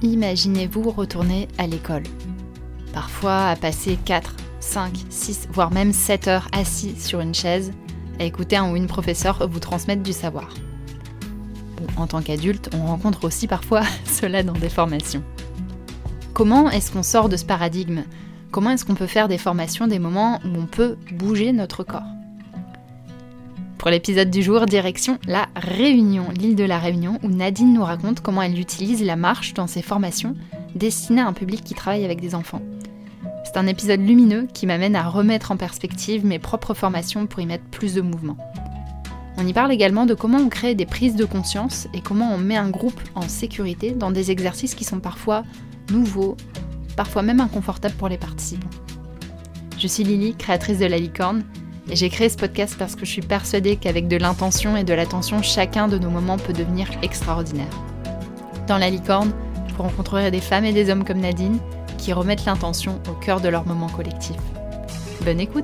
Imaginez-vous retourner à l'école. Parfois à passer 4, 5, 6, voire même 7 heures assis sur une chaise à écouter un ou une professeure vous transmettre du savoir. Bon, en tant qu'adulte, on rencontre aussi parfois cela dans des formations. Comment est-ce qu'on sort de ce paradigme ? Comment est-ce qu'on peut faire des formations des moments où on peut bouger notre corps ? Pour l'épisode du jour, direction la Réunion, l'île de la Réunion, où Nadine nous raconte comment elle utilise la marche dans ses formations destinées à un public qui travaille avec des enfants. C'est un épisode lumineux qui m'amène à remettre en perspective mes propres formations pour y mettre plus de mouvement. On y parle également de comment on crée des prises de conscience et comment on met un groupe en sécurité dans des exercices qui sont parfois nouveaux, parfois même inconfortables pour les participants. Je suis Lily, créatrice de La Licorne, et j'ai créé ce podcast parce que je suis persuadée qu'avec de l'intention et de l'attention, chacun de nos moments peut devenir extraordinaire. Dans La Licorne, vous rencontrerez des femmes et des hommes comme Nadine qui remettent l'intention au cœur de leur moment collectif. Bonne écoute!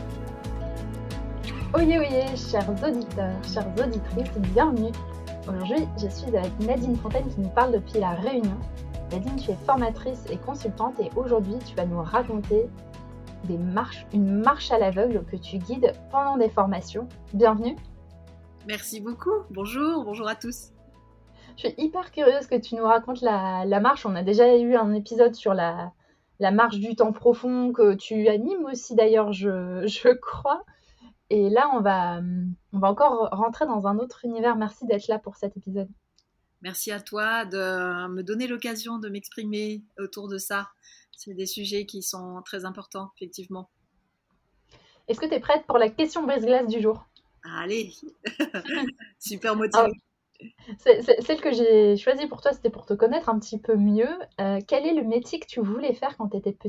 Oyez, chers auditeurs, chères auditrices, bienvenue. Aujourd'hui, je suis avec Nadine Fontaine qui nous parle depuis La Réunion. Nadine, tu es formatrice et consultante et aujourd'hui, tu vas nous raconter une marche à l'aveugle que tu guides pendant des formations. Bienvenue. Merci beaucoup. Bonjour à tous. Je suis hyper curieuse que tu nous racontes la marche. On a déjà eu un épisode sur la marche du temps profond que tu animes aussi d'ailleurs, je crois. Et là, on va encore rentrer dans un autre univers. Merci d'être là pour cet épisode. Merci à toi de me donner l'occasion de m'exprimer autour de ça. C'est des sujets qui sont très importants, effectivement. Est-ce que tu es prête pour la question brise-glace du jour ? Allez, super motivée. Celle que j'ai choisie pour toi, c'était pour te connaître un petit peu mieux. Quel est le métier que tu voulais faire quand tu étais petite ?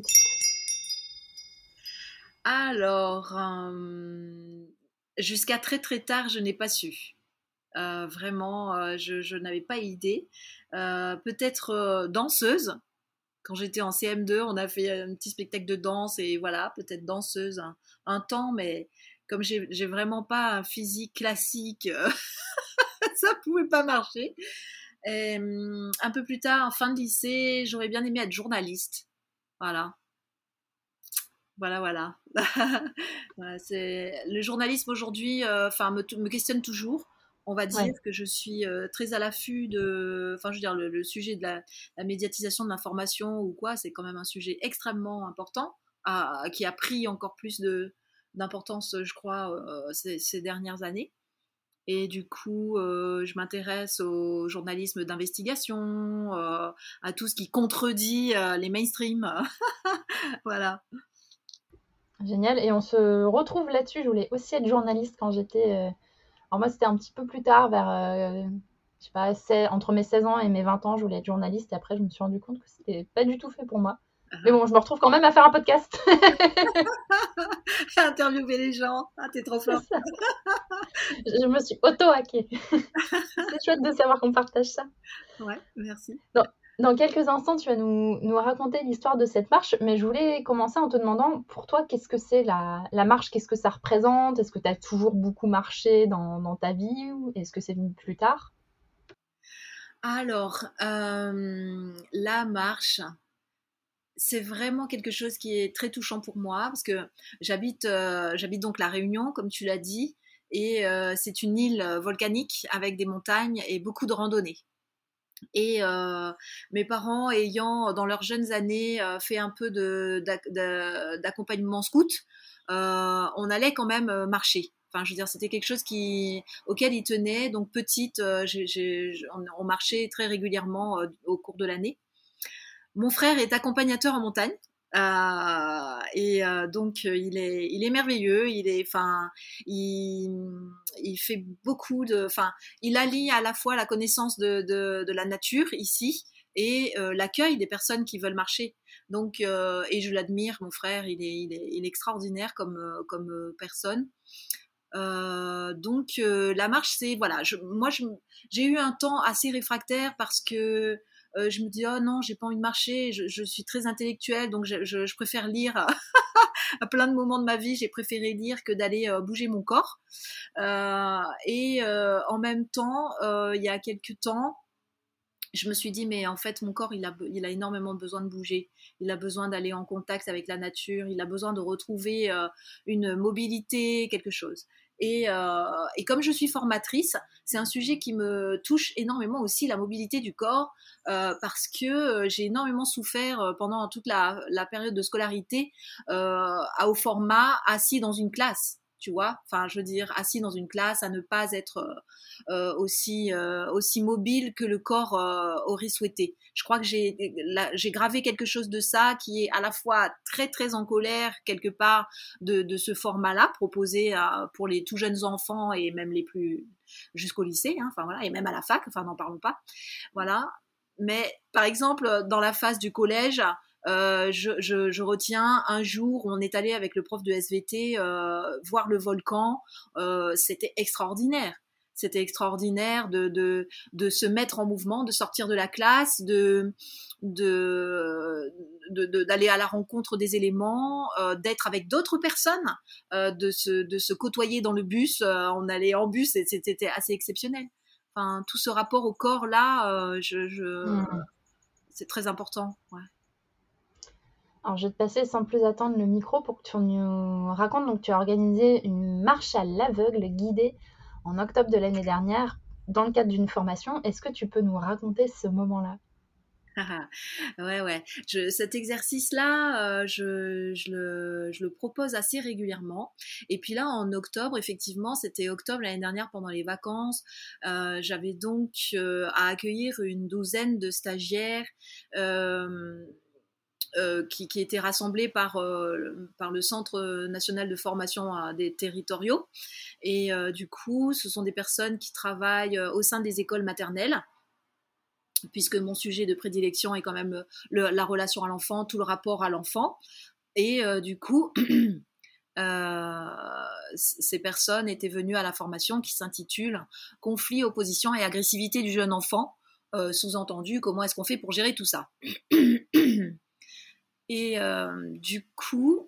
Alors, jusqu'à très très tard, je n'ai pas su. Vraiment, je n'avais pas idée. Peut-être danseuse. Quand j'étais en CM2, on a fait un petit spectacle de danse et voilà, peut-être danseuse un temps, mais comme j'ai vraiment pas un physique classique, ça pouvait pas marcher. Et, un peu plus tard, en fin de lycée, j'aurais bien aimé être journaliste. Voilà. Voilà, c'est le journalisme aujourd'hui, me questionne toujours. On va dire que je suis très à l'affût de, je veux dire, le sujet de la médiatisation de l'information ou quoi, c'est quand même un sujet extrêmement important, qui a pris encore plus d'importance, je crois, ces dernières années. Et du coup, je m'intéresse au journalisme d'investigation, à tout ce qui contredit les mainstream. Voilà. Génial. Et on se retrouve là-dessus. Je voulais aussi être journaliste quand j'étais... Alors moi, c'était un petit peu plus tard, vers... je sais pas, entre mes 16 ans et mes 20 ans, je voulais être journaliste. Et après, je me suis rendu compte que c'était pas du tout fait pour moi. Mais bon, je me retrouve quand même à faire un podcast. Interviewer les gens. Ah, t'es trop forte. Je me suis auto-hackée. C'est chouette de savoir qu'on partage ça. Ouais, merci. Dans quelques instants, tu vas nous raconter l'histoire de cette marche, mais je voulais commencer en te demandant, pour toi, qu'est-ce que c'est la marche ? Qu'est-ce que ça représente ? Est-ce que tu as toujours beaucoup marché dans ta vie ? Ou est-ce que c'est venu plus tard ? Alors, la marche, c'est vraiment quelque chose qui est très touchant pour moi, parce que j'habite donc La Réunion, comme tu l'as dit, et c'est une île volcanique avec des montagnes et beaucoup de randonnées. Et mes parents ayant dans leurs jeunes années fait un peu d'accompagnement scout, on allait quand même marcher. Enfin, je veux dire, c'était quelque chose auquel ils tenaient. Donc petite, on marchait très régulièrement au cours de l'année. Mon frère est accompagnateur en montagne. Donc il est merveilleux, il fait beaucoup il allie à la fois la connaissance de la nature ici et l'accueil des personnes qui veulent marcher. Donc et je l'admire, mon frère, il est extraordinaire comme personne. Donc la marche, c'est voilà, j'ai eu un temps assez réfractaire parce que je me dis oh non, j'ai pas envie de marcher, je suis très intellectuelle, donc je préfère lire. À plein de moments de ma vie, j'ai préféré lire que d'aller bouger mon corps. En même temps, il y a quelques temps, je me suis dit, mais en fait, mon corps, il a énormément besoin de bouger. Il a besoin d'aller en contact avec la nature. Il a besoin de retrouver une mobilité, quelque chose. Et comme je suis formatrice, c'est un sujet qui me touche énormément aussi, la mobilité du corps, parce que j'ai énormément souffert pendant toute la période de scolarité au format assis dans une classe. Tu vois, enfin, je veux dire, assis dans une classe, à ne pas être aussi mobile que le corps aurait souhaité. Je crois que j'ai gravé quelque chose de ça qui est à la fois très très en colère quelque part de ce format-là proposé pour les tout jeunes enfants et même les plus jusqu'au lycée, hein, enfin voilà, et même à la fac, enfin n'en parlons pas, voilà. Mais par exemple dans la phase du collège, je retiens un jour où on est allé avec le prof de SVT voir le volcan. C'était extraordinaire. C'était extraordinaire de se mettre en mouvement, de sortir de la classe, d'aller à la rencontre des éléments, d'être avec d'autres personnes, de se côtoyer dans le bus. On allait en bus et c'était assez exceptionnel. Enfin, tout ce rapport au corps là, c'est très important. Ouais. Alors, je vais te passer sans plus attendre le micro pour que tu nous racontes. Donc, tu as organisé une marche à l'aveugle guidée en octobre de l'année dernière dans le cadre d'une formation. Est-ce que tu peux nous raconter ce moment-là? Ouais. Cet exercice-là, je le propose assez régulièrement. Et puis là, en octobre, effectivement, c'était octobre l'année dernière pendant les vacances. J'avais donc à accueillir une douzaine de stagiaires. Qui étaient rassemblés par le Centre national de formation des territoriaux. Et du coup, ce sont des personnes qui travaillent au sein des écoles maternelles, puisque mon sujet de prédilection est quand même la relation à l'enfant, tout le rapport à l'enfant. Et du coup, ces personnes étaient venues à la formation qui s'intitule « Conflit, opposition et agressivité du jeune enfant ». Sous-entendu, comment est-ce qu'on fait pour gérer tout ça? Et du coup,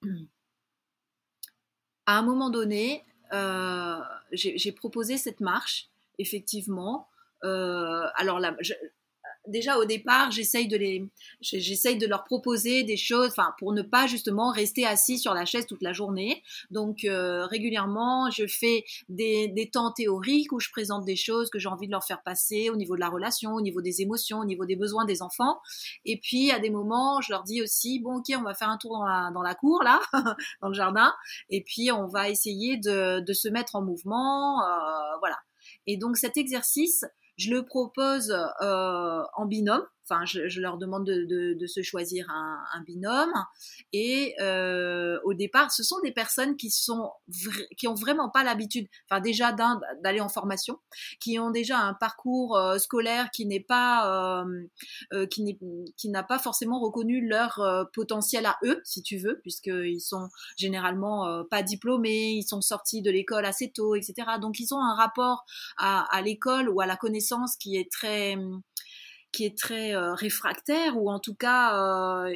à un moment donné, j'ai proposé cette marche, effectivement. Alors là, déjà au départ, j'essaye de leur proposer des choses, enfin pour ne pas justement rester assis sur la chaise toute la journée. Donc régulièrement, je fais des temps théoriques où je présente des choses que j'ai envie de leur faire passer au niveau de la relation, au niveau des émotions, au niveau des besoins des enfants. Et puis à des moments, je leur dis aussi bon ok, on va faire un tour dans la cour là, dans le jardin, et puis on va essayer de se mettre en mouvement, voilà. Et donc cet exercice, je le propose en binôme. Enfin, je leur demande de se choisir un binôme. Et au départ, ce sont des personnes qui ont vraiment pas l'habitude, enfin déjà d'aller en formation, qui ont déjà un parcours scolaire qui n'est pas, qui n'a pas forcément reconnu leur potentiel à eux, si tu veux, puisqu'ils sont généralement pas diplômés, ils sont sortis de l'école assez tôt, etc. Donc ils ont un rapport à l'école ou à la connaissance qui est très réfractaire, ou en tout cas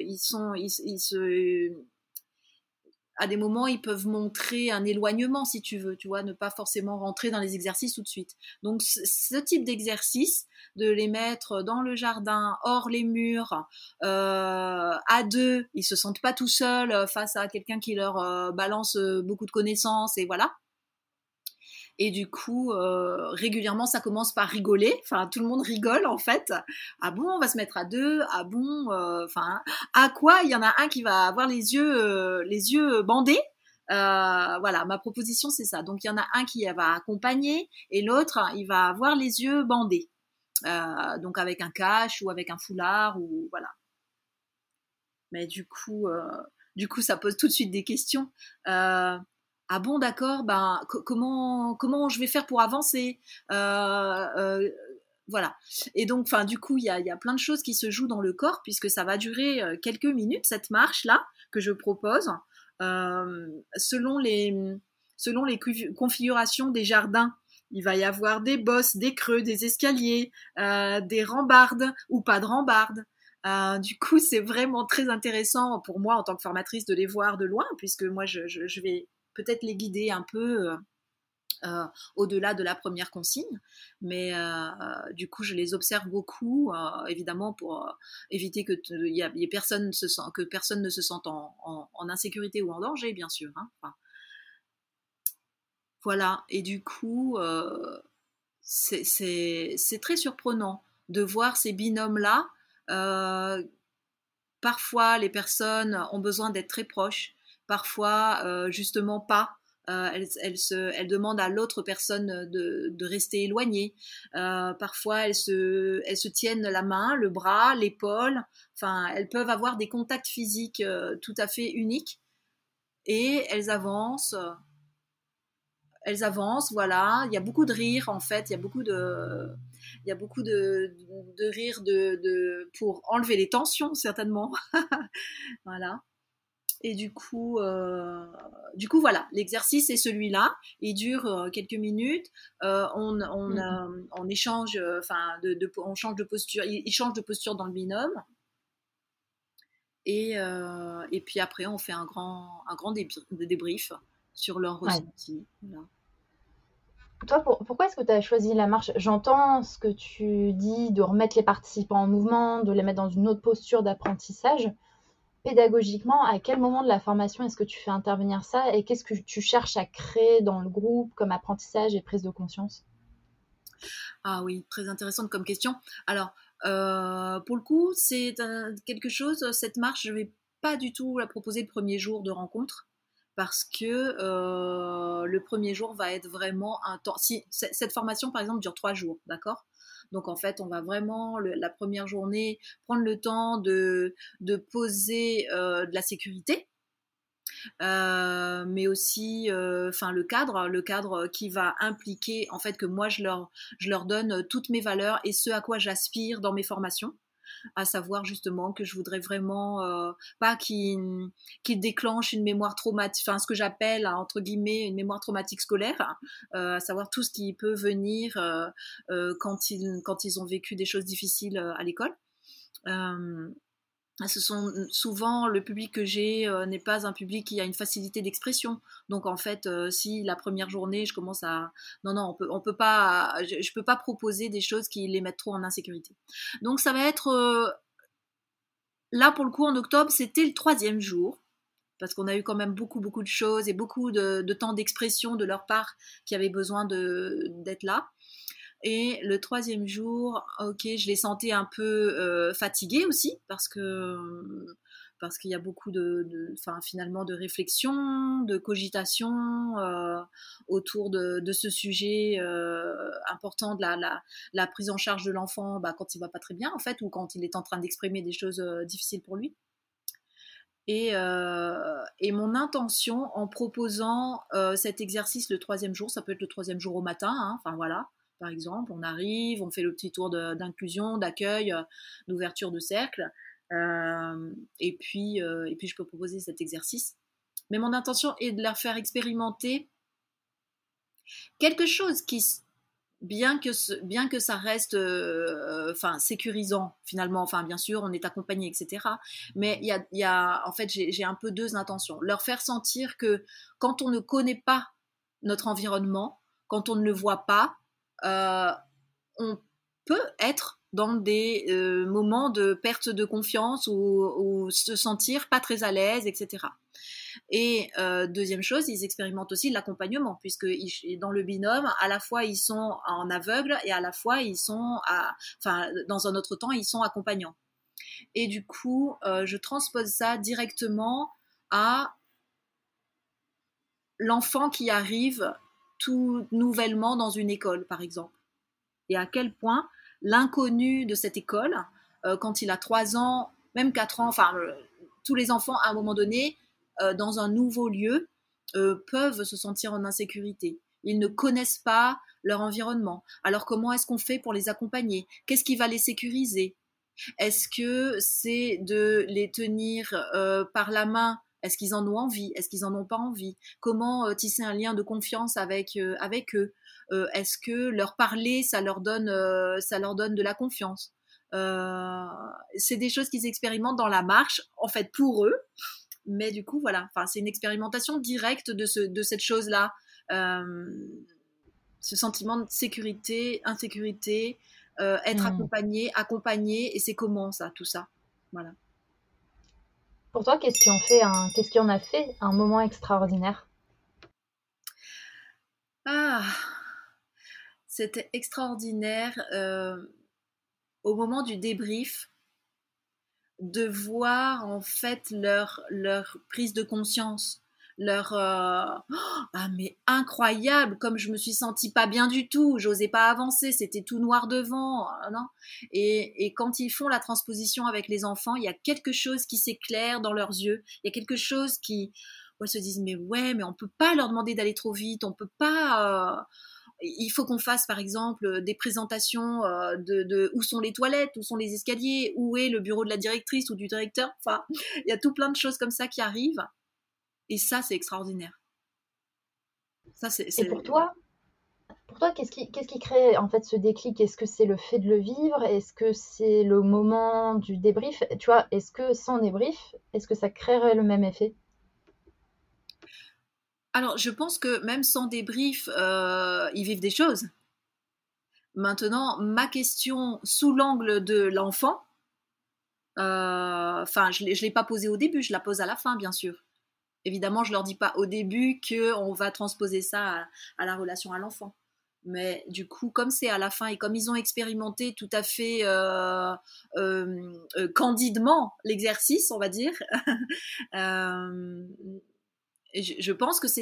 à des moments, ils peuvent montrer un éloignement, si tu veux, tu vois, ne pas forcément rentrer dans les exercices tout de suite. Donc, ce type d'exercice, de les mettre dans le jardin, hors les murs, à deux, ils se sentent pas tout seuls face à quelqu'un qui leur balance beaucoup de connaissances, et voilà. Et du coup, régulièrement, ça commence par rigoler. Enfin, tout le monde rigole, en fait. Ah bon, on va se mettre à deux. Ah bon, enfin, à quoi? Il y en a un qui va avoir les yeux bandés. Voilà, ma proposition, c'est ça. Donc, il y en a un qui va accompagner et l'autre, il va avoir les yeux bandés. Donc, avec un cache ou avec un foulard, ou voilà. Mais du coup, ça pose tout de suite des questions. Ah bon, d'accord, ben, comment je vais faire pour avancer, voilà. Et donc, enfin, du coup, il y a plein de choses qui se jouent dans le corps, puisque ça va durer quelques minutes, cette marche-là, que je propose, selon les configurations des jardins. Il va y avoir des bosses, des creux, des escaliers, des rambardes ou pas de rambardes. Du coup, c'est vraiment très intéressant pour moi en tant que formatrice de les voir de loin, puisque moi, je vais peut-être les guider un peu au-delà de la première consigne. Mais du coup, je les observe beaucoup, évidemment, pour éviter que personne ne se sente en insécurité ou en danger, bien sûr. Hein. Enfin, voilà. Et du coup, c'est très surprenant de voir ces binômes-là. Parfois, les personnes ont besoin d'être très proches. Parfois, justement pas. Elles demandent à l'autre personne de rester éloignée. Parfois, elles se tiennent la main, le bras, l'épaule. Enfin, elles peuvent avoir des contacts physiques tout à fait uniques. Et elles avancent, voilà. Il y a beaucoup de rire, en fait. Il y a beaucoup de rire pour enlever les tensions, certainement. Voilà. Et voilà, l'exercice est celui-là. Il dure quelques minutes. On échange, on change de posture. Il change de posture dans le binôme. Et puis après, on fait un grand débrief sur leur ressenti. Voilà. Toi, pourquoi est-ce que tu as choisi la marche? J'entends ce que tu dis de remettre les participants en mouvement, de les mettre dans une autre posture d'apprentissage. Pédagogiquement, à quel moment de la formation est-ce que tu fais intervenir ça et qu'est-ce que tu cherches à créer dans le groupe comme apprentissage et prise de conscience? Ah oui, très intéressante comme question. Alors, pour le coup, c'est quelque chose, cette marche, je ne vais pas du tout la proposer le premier jour de rencontre parce que le premier jour va être vraiment un temps. Si, cette formation, par exemple, dure 3 jours, d'accord? Donc en fait, on va vraiment, la première journée, prendre le temps de poser de la sécurité. Mais aussi le cadre qui va impliquer en fait que moi je leur donne toutes mes valeurs et ce à quoi j'aspire dans mes formations, à savoir justement que je voudrais vraiment pas qu'il déclenche une mémoire traumatique, enfin ce que j'appelle entre guillemets une mémoire traumatique scolaire, à savoir tout ce qui peut venir quand ils ont vécu des choses difficiles à l'école. Ce sont souvent, le public que j'ai n'est pas un public qui a une facilité d'expression. Donc en fait, si la première journée, je commence à... Non, on peut pas... Je peux pas proposer des choses qui les mettent trop en insécurité. Donc ça va être... là, pour le coup, en octobre, c'était le 3e jour. Parce qu'on a eu quand même beaucoup de choses et beaucoup de temps d'expression de leur part qui avaient besoin d'être là. Et le 3e jour, ok, je les sentais un peu fatigués aussi parce qu'il y a beaucoup finalement de réflexion, de cogitation autour de ce sujet important de la prise en charge de l'enfant quand il va pas très bien en fait ou quand il est en train d'exprimer des choses difficiles pour lui. Et mon intention en proposant cet exercice le 3e jour, ça peut être le 3e jour au matin, hein, enfin voilà. Par exemple, on arrive, on fait le petit tour d'inclusion, d'accueil, d'ouverture de cercle, et puis je peux proposer cet exercice. Mais mon intention est de leur faire expérimenter quelque chose qui, bien que ça reste sécurisant finalement, enfin bien sûr on est accompagné, etc. Mais il y a en fait j'ai un peu 2 intentions. Leur faire sentir que quand on ne connaît pas notre environnement, quand on ne le voit pas, on peut être dans des moments de perte de confiance ou se sentir pas très à l'aise, etc. Et deuxième chose, ils expérimentent aussi l'accompagnement, puisque dans le binôme, à la fois ils sont en aveugle et à la fois ils sont, dans un autre temps, ils sont accompagnants. Et du coup, je transpose ça directement à l'enfant qui arrive tout nouvellement dans une école, par exemple. Et à quel point l'inconnu de cette école, quand il a 3 ans, même 4 ans, tous les enfants, à un moment donné, dans un nouveau lieu, peuvent se sentir en insécurité. Ils ne connaissent pas leur environnement. Alors comment est-ce qu'on fait pour les accompagner? Qu'est-ce qui va les sécuriser? Est-ce que c'est de les tenir par la main? Est-ce qu'ils en ont envie? Est-ce qu'ils en ont pas envie? Comment tisser un lien de confiance avec eux? Est-ce que leur parler, ça leur donne de la confiance? C'est des choses qu'ils expérimentent dans la marche, en fait, pour eux. Mais du coup, voilà, c'est une expérimentation directe de cette chose-là. Ce sentiment de sécurité, insécurité, être Hmm. accompagné, et c'est comment ça, tout ça. Voilà. Pour toi, qu'est-ce qui en a fait un moment extraordinaire? Ah, c'était extraordinaire au moment du débrief de voir en fait leur prise de conscience, leur ah mais incroyable comme je me suis sentie pas bien du tout, j'osais pas avancer, c'était tout noir devant, non. Et quand ils font la transposition avec les enfants, il y a quelque chose qui s'éclaire dans leurs yeux, il y a quelque chose qui où elles se disent mais ouais mais on peut pas leur demander d'aller trop vite, on peut pas il faut qu'on fasse par exemple des présentations de où sont les toilettes, où sont les escaliers, où est le bureau de la directrice ou du directeur. Enfin, il y a tout plein de choses comme ça qui arrivent. Et ça, c'est extraordinaire. Ça, Et pour toi, qu'est-ce qui crée en fait ce déclic? Est-ce que c'est le fait de le vivre? Est-ce que c'est le moment du débrief? Tu vois, est-ce que sans débrief, est-ce que ça créerait le même effet? Alors, je pense que même sans débrief, ils vivent des choses. Maintenant, ma question sous l'angle de l'enfant, enfin, je ne l'ai pas posée au début, je la pose à la fin, bien sûr. Évidemment, je leur dis pas au début qu'on va transposer ça à la relation à l'enfant. Mais du coup, comme c'est à la fin et comme ils ont expérimenté tout à fait candidement l'exercice, on va dire, euh, je pense que c'est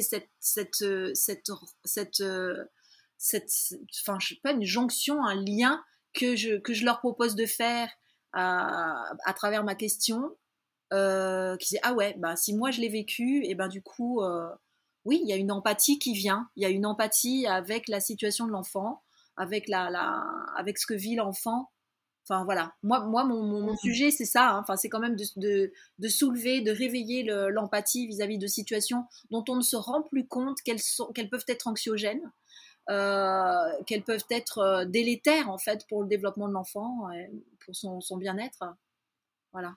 enfin, je sais pas, une jonction, un lien que je leur propose de faire à travers ma question qui disait ah ouais bah si moi je l'ai vécu et ben du coup oui il y a une empathie qui vient, il y a une empathie avec la situation de l'enfant, avec avec ce que vit l'enfant. Enfin voilà, mon sujet c'est ça, hein. Enfin c'est quand même de soulever, de réveiller l'empathie vis-à-vis de situations dont on ne se rend plus compte qu'elles peuvent être anxiogènes, qu'elles peuvent être délétères en fait pour le développement de l'enfant, pour son bien-être. Voilà.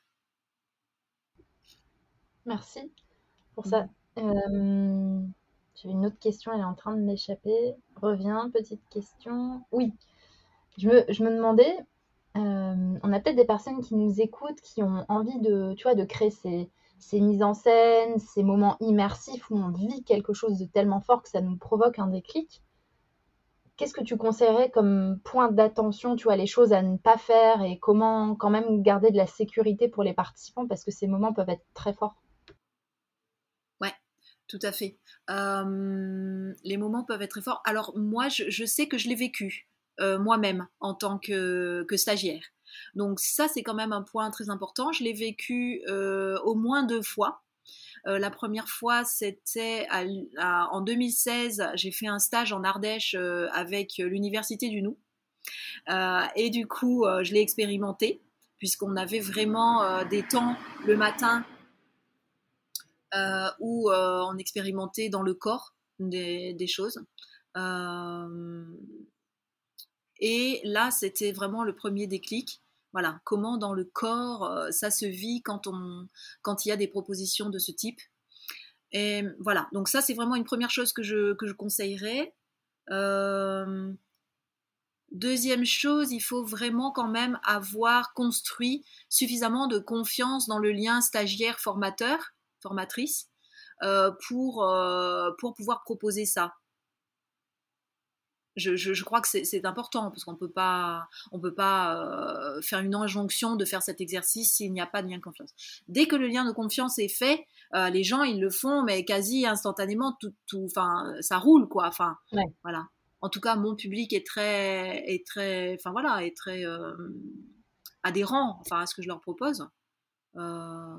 Merci pour ça. Mhm. J'avais une autre question, elle est en train de m'échapper. Reviens, petite question. Oui, je me demandais, on a peut-être des personnes qui nous écoutent, qui ont envie de, tu vois, de créer ces mises en scène, ces moments immersifs où on vit quelque chose de tellement fort que ça nous provoque un déclic. Qu'est-ce que tu conseillerais comme point d'attention, tu vois, les choses à ne pas faire et comment quand même garder de la sécurité pour les participants parce que ces moments peuvent être très forts. Ouais, tout à fait. Les moments peuvent être très forts. Alors moi, je sais que je l'ai vécu moi-même en tant que stagiaire. Donc ça, c'est quand même un point très important. Je l'ai vécu au moins 2 fois. La première fois, c'était en 2016. J'ai fait un stage en Ardèche avec l'Université du Nou. Et du coup, je l'ai expérimenté puisqu'on avait vraiment des temps le matin où on expérimentait dans le corps des choses. Euh, et là, c'était vraiment le premier déclic. Voilà, comment dans le corps ça se vit quand il y a des propositions de ce type. Et voilà, donc ça, c'est vraiment une première chose que je conseillerais. Euh, Deuxième chose, il faut vraiment quand même avoir construit suffisamment de confiance dans le lien stagiaire-formateur, formatrice, pour pouvoir proposer ça. Je crois que c'est important parce on peut pas faire une injonction de faire cet exercice s'il n'y a pas de lien de confiance. Dès que le lien de confiance est fait, les gens ils le font mais quasi instantanément, enfin ça roule quoi. Enfin Ouais. voilà. En tout cas, mon public enfin voilà, est très adhérent, enfin à ce que je leur propose. Euh,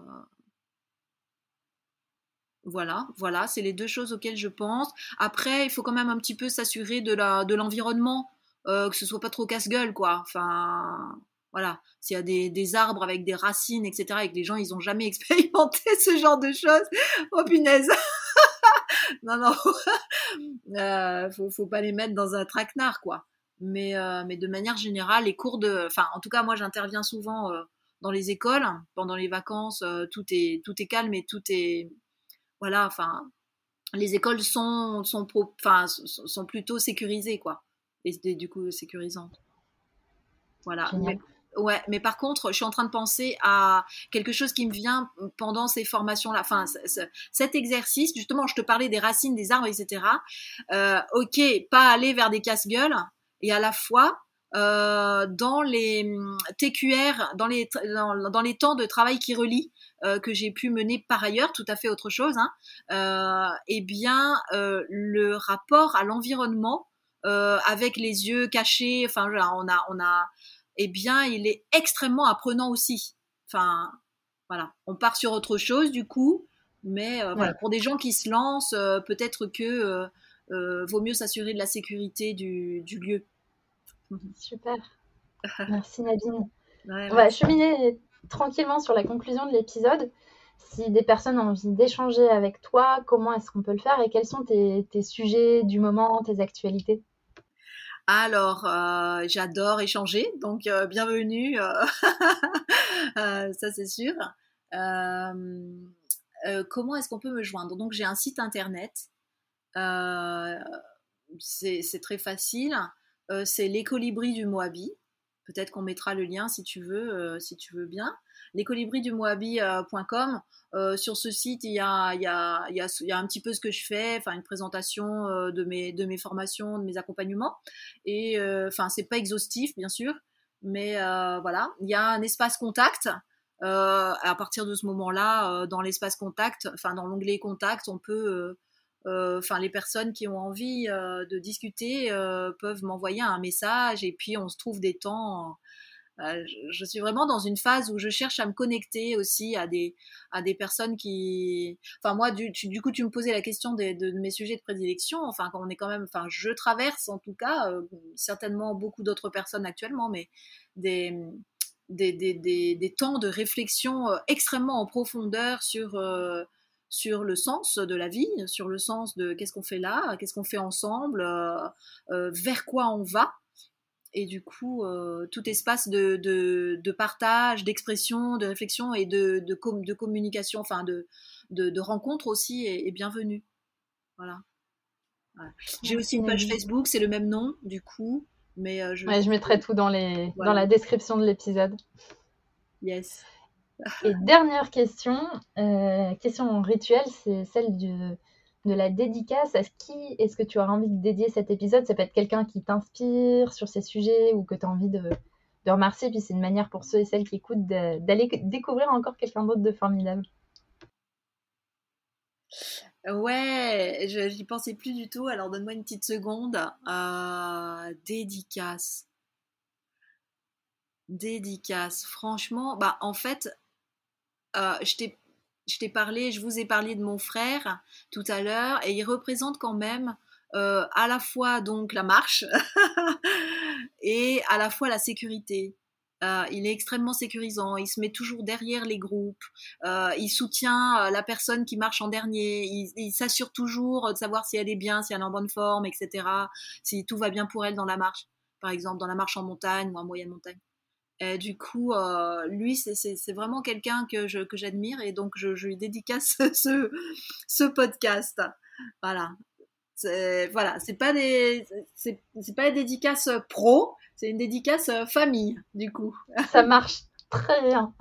voilà, c'est les deux choses auxquelles je pense. Après, il faut quand même un petit peu s'assurer de l'environnement, que ce soit pas trop casse-gueule, quoi. Enfin, voilà, s'il y a des arbres avec des racines, etc., et que les gens, ils ont jamais expérimenté ce genre de choses, oh punaise, non, non, faut pas les mettre dans un traquenard, quoi. Mais de manière générale, les cours enfin, en tout cas, moi, j'interviens souvent dans les écoles pendant les vacances, tout est calme et tout est voilà, enfin, les écoles sont plutôt sécurisées, quoi. Et du coup, sécurisantes. Voilà. Mais par contre, je suis en train de penser à quelque chose qui me vient pendant ces formations-là. Enfin, cet exercice, justement, je te parlais des racines, des arbres, etc. Ok, pas aller vers des casse-gueules, et à la fois dans les TQR, dans les temps de travail qui relient que j'ai pu mener par ailleurs, tout à fait autre chose. Le rapport à l'environnement avec les yeux cachés. Enfin, on a il est extrêmement apprenant aussi. Enfin, voilà, on part sur autre chose du coup, mais voilà, pour des gens qui se lancent, peut-être que vaut mieux s'assurer de la sécurité du lieu. Super. Merci Nadine. On va cheminer tranquillement sur la conclusion de l'épisode. Si des personnes ont envie d'échanger avec toi, comment est-ce qu'on peut le faire et quels sont tes sujets du moment, tes actualités ? Alors, j'adore échanger, donc bienvenue, ça c'est sûr. Comment est-ce qu'on peut me joindre ? Donc, j'ai un site internet, c'est très facile, c'est Les Colibris du Moabi. Peut-être qu'on mettra le lien si tu veux bien. lescolibrisdumoabi.com. Sur ce site, il y a un petit peu ce que je fais, enfin une présentation de mes formations, de mes accompagnements. Et c'est pas exhaustif, bien sûr, mais voilà. Il y a un espace contact. À partir de ce moment-là, dans l'espace contact, enfin dans l'onglet contact, on peut les personnes qui ont envie de discuter peuvent m'envoyer un message et puis on se trouve des temps. Je suis vraiment dans une phase où je cherche à me connecter aussi à des personnes qui... Enfin, moi, du coup, tu me posais la question de mes sujets de prédilection. Enfin, quand on est quand même... Enfin, je traverse, en tout cas, certainement beaucoup d'autres personnes actuellement, mais des temps de réflexion extrêmement en profondeur sur le sens de la vie, sur le sens de qu'est-ce qu'on fait là, qu'est-ce qu'on fait ensemble, vers quoi on va. Et du coup, tout espace de partage, d'expression, de réflexion et de communication, enfin de rencontre aussi est bienvenu. Voilà. J'ai aussi une page Facebook, c'est le même nom, du coup. Mais je mettrai tout dans la description de l'épisode. Yes. Et dernière question rituelle, c'est celle de la dédicace. À qui est-ce que tu auras envie de dédier cet épisode ? Ça peut être quelqu'un qui t'inspire sur ces sujets ou que tu as envie de remercier. Puis c'est une manière pour ceux et celles qui écoutent d'aller découvrir encore quelqu'un d'autre de formidable. Ouais, j'y pensais plus du tout. Alors donne-moi une petite seconde. Dédicace. Franchement, en fait, je vous ai parlé de mon frère tout à l'heure et il représente quand même à la fois donc la marche et à la fois la sécurité. Il est extrêmement sécurisant, il se met toujours derrière les groupes, il soutient la personne qui marche en dernier, il s'assure toujours de savoir si elle est bien, si elle est en bonne forme, etc. Si tout va bien pour elle dans la marche, par exemple dans la marche en montagne ou en moyenne montagne. Du coup, lui, c'est vraiment quelqu'un que j'admire et donc je lui dédicace ce podcast. Voilà. C'est pas des dédicaces pro, c'est une dédicace famille, du coup. Ça marche très bien.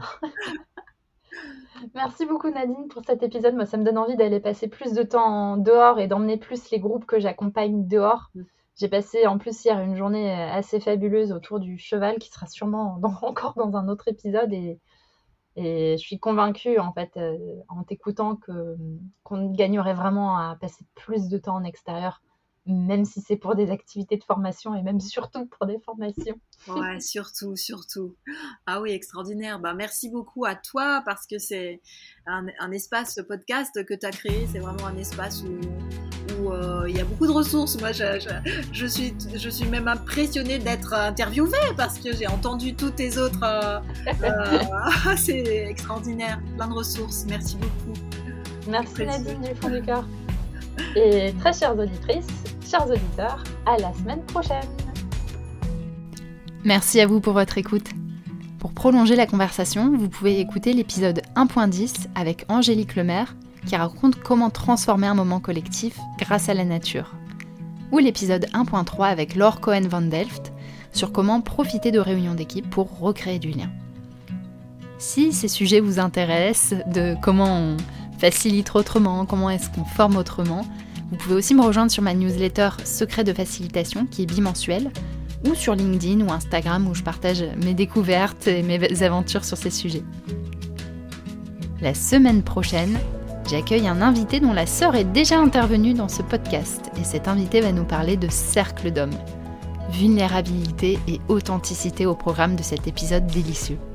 Merci beaucoup Nadine pour cet épisode. Moi, ça me donne envie d'aller passer plus de temps dehors et d'emmener plus les groupes que j'accompagne dehors. J'ai passé en plus hier une journée assez fabuleuse autour du cheval qui sera sûrement encore dans un autre épisode et je suis convaincue en fait en t'écoutant qu'on gagnerait vraiment à passer plus de temps en extérieur, même si c'est pour des activités de formation et même surtout pour des formations. Ouais, surtout. Ah oui, extraordinaire. Merci beaucoup à toi parce que c'est un espace, ce podcast que tu as créé, c'est vraiment un espace où il y a beaucoup de ressources. Moi, je suis même impressionnée d'être interviewée parce que j'ai entendu tous tes autres. C'est extraordinaire, plein de ressources. Merci beaucoup. Merci Nadine du fond du cœur. Et très chères auditrices, chers auditeurs, à la semaine prochaine. Merci à vous pour votre écoute. Pour prolonger la conversation, vous pouvez écouter l'épisode 1.10 avec Angélique Lemaire, qui raconte comment transformer un moment collectif grâce à la nature. Ou l'épisode 1.3 avec Laure Cohen-Van Delft sur comment profiter de réunions d'équipe pour recréer du lien. Si ces sujets vous intéressent, de comment on facilite autrement, comment est-ce qu'on forme autrement, vous pouvez aussi me rejoindre sur ma newsletter Secrets de facilitation qui est bimensuelle, ou sur LinkedIn ou Instagram où je partage mes découvertes et mes aventures sur ces sujets. La semaine prochaine, j'accueille un invité dont la sœur est déjà intervenue dans ce podcast et cet invité va nous parler de cercle d'hommes. Vulnérabilité et authenticité au programme de cet épisode délicieux.